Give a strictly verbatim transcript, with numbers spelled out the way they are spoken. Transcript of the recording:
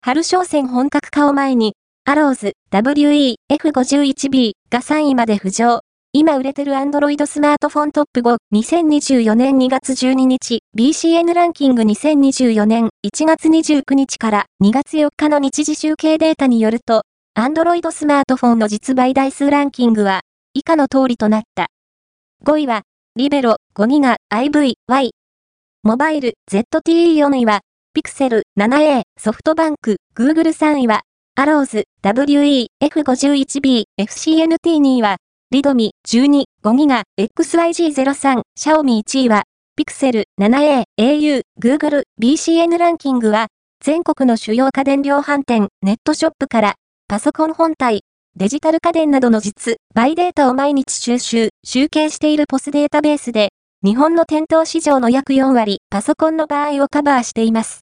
春商戦本格化を前に、アローズ ダブリューイーエフごじゅういちビー がさんいまで浮上。今売れてる Android スマートフォントップご、にせんにじゅうよねんにがつじゅうににち、ビーシーエヌ ランキングにせんにじゅうよねんいちがつにじゅうくにちからにがつよっかの日時集計データによると、Android スマートフォンの実売台数ランキングは、以下の通りとなった。ごいは、リベロ ごギガ アイブイワイ。モバイル ゼットティーイーよんいは、ピクセル ななエー、ソフトバンク、Google さんいは、アローズ ダブリューイーエフごじゅういちビー、エフシーエヌティーにいは、リドミじゅうに、ごギガ、エックスワイジーゼロさん、シャオミいちいは、ピクセル ななエー、エーユー、Google、ビーシーエヌ ランキングは、全国の主要家電量販店、ネットショップから、パソコン本体、デジタル家電などの実、売データを毎日収集、集計しているポスデータベースで、日本の店頭市場の約よんわり、パソコンの場合をカバーしています。